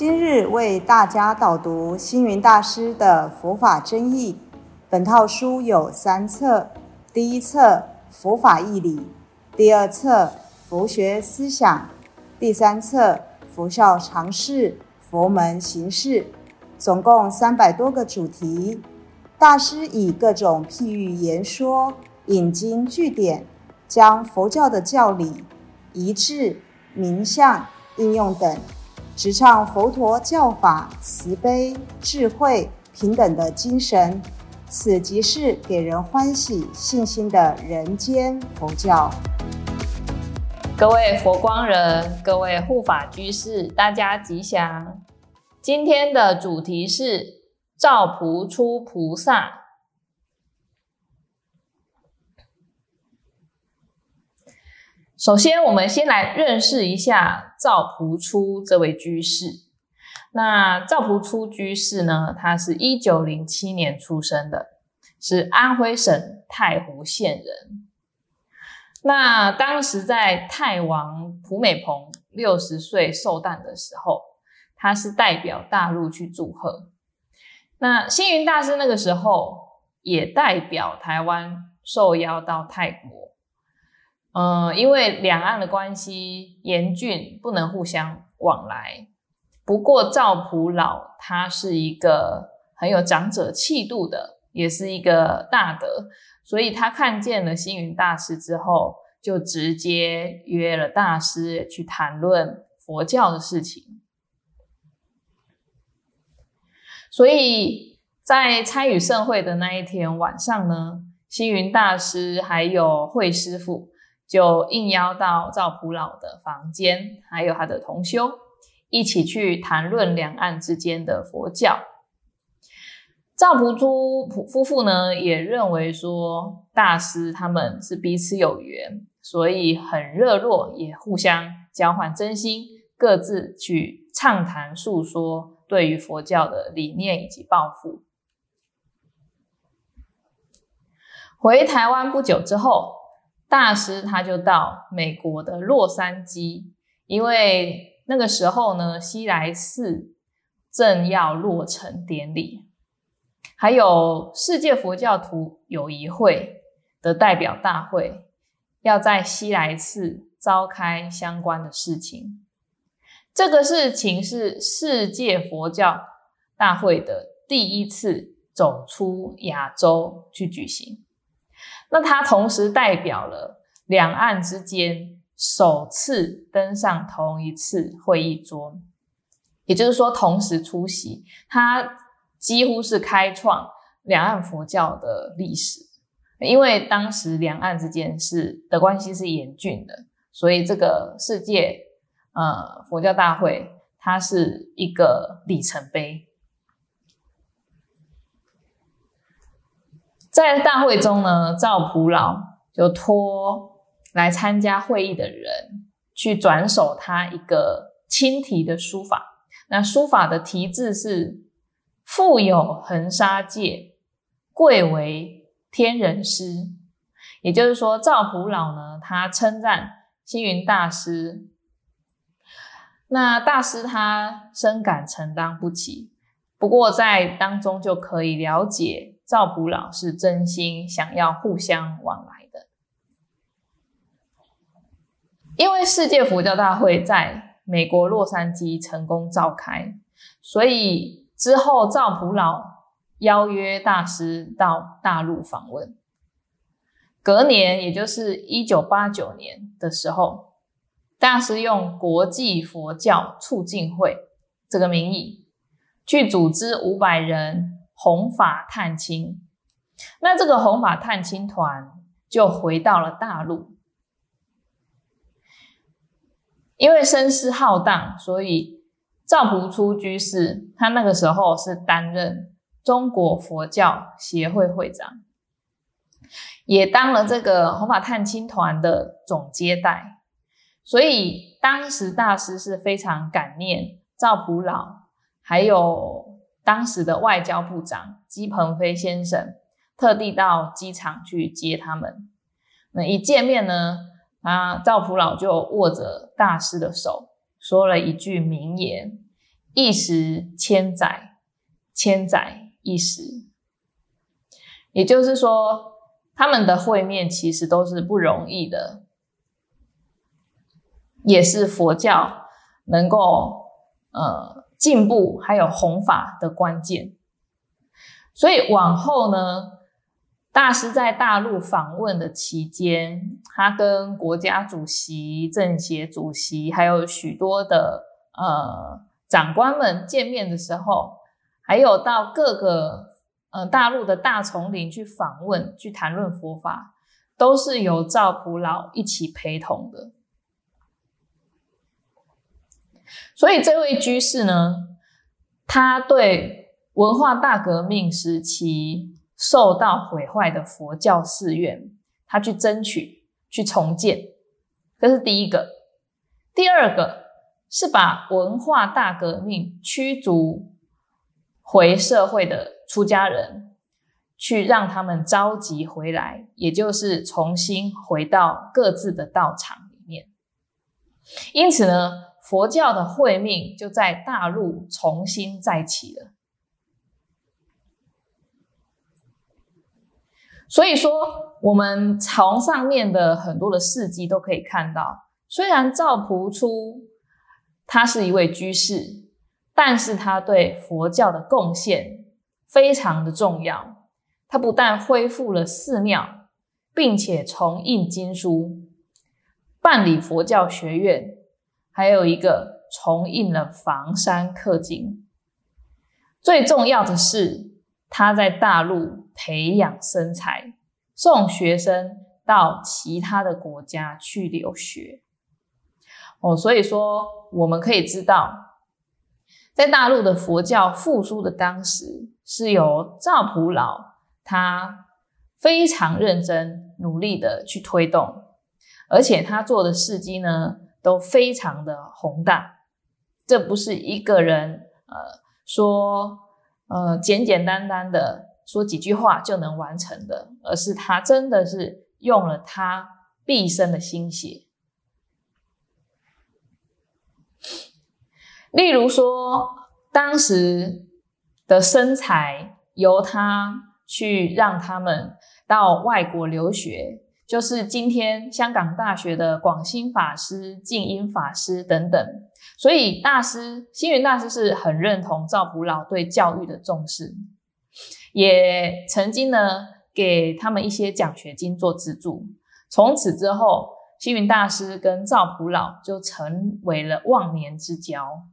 今日为大家导读星云大师的佛法真义。本套书有3册，第一册佛法义理，第二册佛学思想，第3册佛教常识、佛门行事，总共300多个主题。大师以各种譬喻言说，引经据典，将佛教的教理、仪制、名相、应用等，直唱佛陀教法慈悲、智慧、平等的精神，此即是给人欢喜信心的人间佛教。 各位佛光人，各位护法居士，大家吉祥。今天的主题是照仆出菩萨。首先，我们先来认识一下照仆出这位居士。那照仆出居士呢，他是1907年出生的，是安徽省太湖县人。那当时在太王蒲美蓬60岁寿诞的时候，他是代表大陆去祝贺。那星云大师那个时候也代表台湾受邀到泰国。因为两岸的关系严峻，不能互相往来。不过照仆老他是一个很有长者气度的，也是一个大德，所以他看见了星云大师之后，就直接约了大师去谈论佛教的事情。所以在参与盛会的那一天晚上呢，星云大师还有慧师父就应邀到照仆老的房间，还有他的同修，一起去谈论两岸之间的佛教。照仆出夫妇呢，也认为说大师他们是彼此有缘，所以很热络，也互相交换真心，各自去畅谈述说对于佛教的理念以及抱负。回台湾不久之后，大师他就到美国的洛杉矶，因为那个时候呢，西来寺正要落成典礼，还有世界佛教徒友谊会的代表大会要在西来寺召开相关的事情。这个事情是世界佛教大会的第一次走出亚洲去举行。那他同时代表了两岸之间首次登上同一次会议桌，也就是说同时出席，他几乎是开创两岸佛教的历史。因为当时两岸之间的关系是严峻的，所以这个世界佛教大会它是一个里程碑。在大会中呢，照仆老就托来参加会议的人去转手他一个亲题的书法。那书法的题字是富有恒沙界，贵为天人师。也就是说，照仆老呢，他称赞星云大师。那大师他深感承担不起，不过在当中就可以了解照仆老是真心想要互相往来的。因为世界佛教大会在美国洛杉矶成功召开，所以之后照仆老邀约大师到大陆访问。隔年，也就是1989年的时候，大师用国际佛教促进会这个名义去组织500人弘法探亲。那这个弘法探亲团就回到了大陆。因为声势浩荡，所以照仆出居士他那个时候是担任中国佛教协会会长，也当了这个弘法探亲团的总接待。所以当时大师是非常感念照仆老，还有当时的外交部长姬鹏飞先生特地到机场去接他们。那一见面呢，照仆老就握着大师的手，说了一句名言， 一时千载，千载一时。也就是说，他们的会面其实都是不容易的，也是佛教能够进步还有弘法的关键。所以往后呢，大师在大陆访问的期间，他跟国家主席、政协主席还有许多的长官们见面的时候，还有到各个大陆的大丛林去访问，去谈论佛法，都是由赵普老一起陪同的。所以这位居士呢，他对文化大革命时期受到毁坏的佛教寺院，他去争取，去重建，这是第一个。第二个是把文化大革命驱逐回社会的出家人，去让他们召集回来，也就是重新回到各自的道场里面。因此呢，佛教的慧命就在大陆重新再起了。所以说，我们从上面的很多的事迹都可以看到，虽然赵朴初他是一位居士，但是他对佛教的贡献非常的重要。他不但恢复了寺庙，并且重印经书，办理佛教学院，还有一个重印了房山刻经。最重要的是，他在大陆培养僧才，送学生到其他的国家去留学。所以说我们可以知道，在大陆的佛教复苏的当时，是由赵普老他非常认真努力的去推动，而且他做的事迹呢都非常的宏大。这不是一个人说简简单单的说几句话就能完成的，而是他真的是用了他毕生的心血。例如说，当时的僧才由他去让他们到外国留学，就是今天香港大学的广兴法师、净音法师等等。所以星云大师是很认同赵普老对教育的重视，也曾经呢给他们一些奖学金做资助。从此之后，星云大师跟赵普老就成为了忘年之交。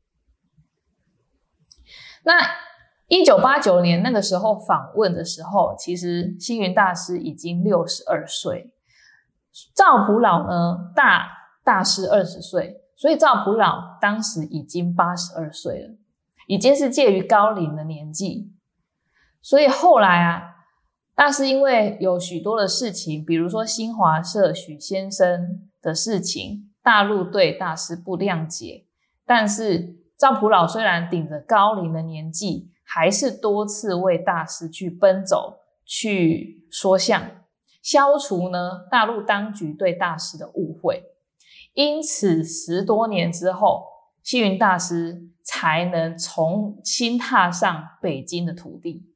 那1989年那个时候访问的时候，其实星云大师已经62岁，赵普老呢大师20岁，所以赵普老当时已经82岁了，已经是介于高龄的年纪。所以后来大师因为有许多的事情，比如说新华社许先生的事情，大陆对大师不谅解，但是赵普老虽然顶着高龄的年纪，还是多次为大师去奔走，去说相，消除呢大陆当局对大师的误会。因此10多年之后，星云大师才能重新踏上北京的土地。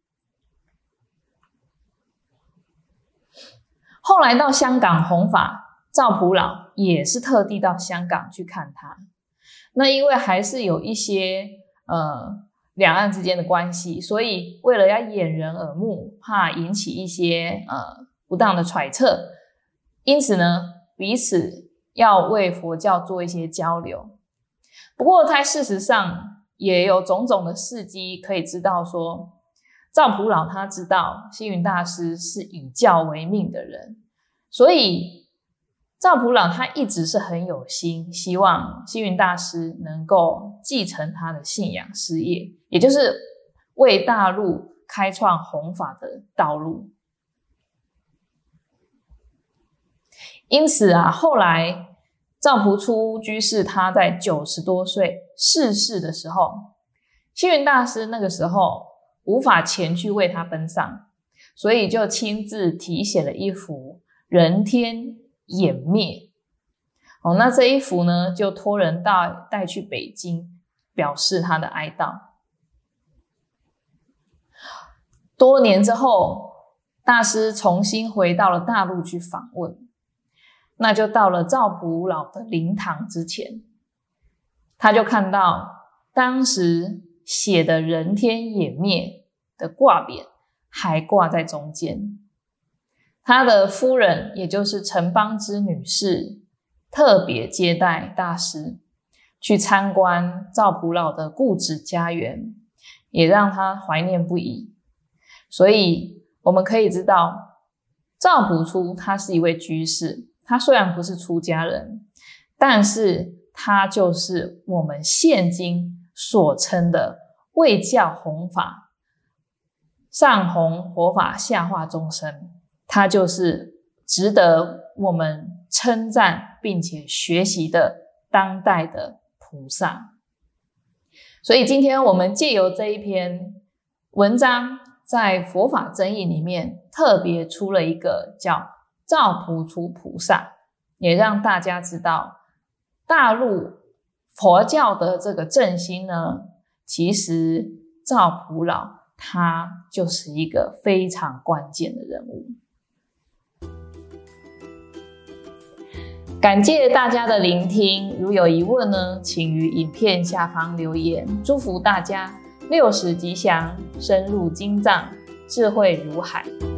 后来到香港弘法，赵普老也是特地到香港去看他。那因为还是有一些两岸之间的关系，所以为了要掩人耳目，怕引起一些不当的揣测，因此呢彼此要为佛教做一些交流。不过在事实上也有种种的事迹可以知道说，赵普老他知道星云大师是以教为命的人，所以赵普老他一直是很有心，希望星云大师能够继承他的信仰事业，也就是为大陆开创弘法的道路。因此后来赵朴初居士他在90多岁逝世的时候，星云大师那个时候无法前去为他奔丧，所以就亲自题写了一幅人天湮灭。那这一幅呢就托人带去北京， 表示他的哀悼。多年之后，大师重新回到了大陆去访问，那就到了赵普老的灵堂之前，他就看到当时写的人天也灭的挂匾还挂在中间。他的夫人，也就是陈邦之女士，特别接待大师去参观赵普老的故址家园，也让他怀念不已。所以我们可以知道，赵朴初他是一位居士，他虽然不是出家人，但是他就是我们现今所称的为教弘法，上弘佛法，下化众生，他就是值得我们称赞并且学习的当代的菩萨。所以今天我们借由这一篇文章，在佛法争议里面特别出了一个叫赵朴初菩萨，也让大家知道大陆佛教的这个振兴呢，其实赵普老他就是一个非常关键的人物。感谢大家的聆听，如有疑问呢，请于影片下方留言。祝福大家60吉祥，深入经藏，智慧如海。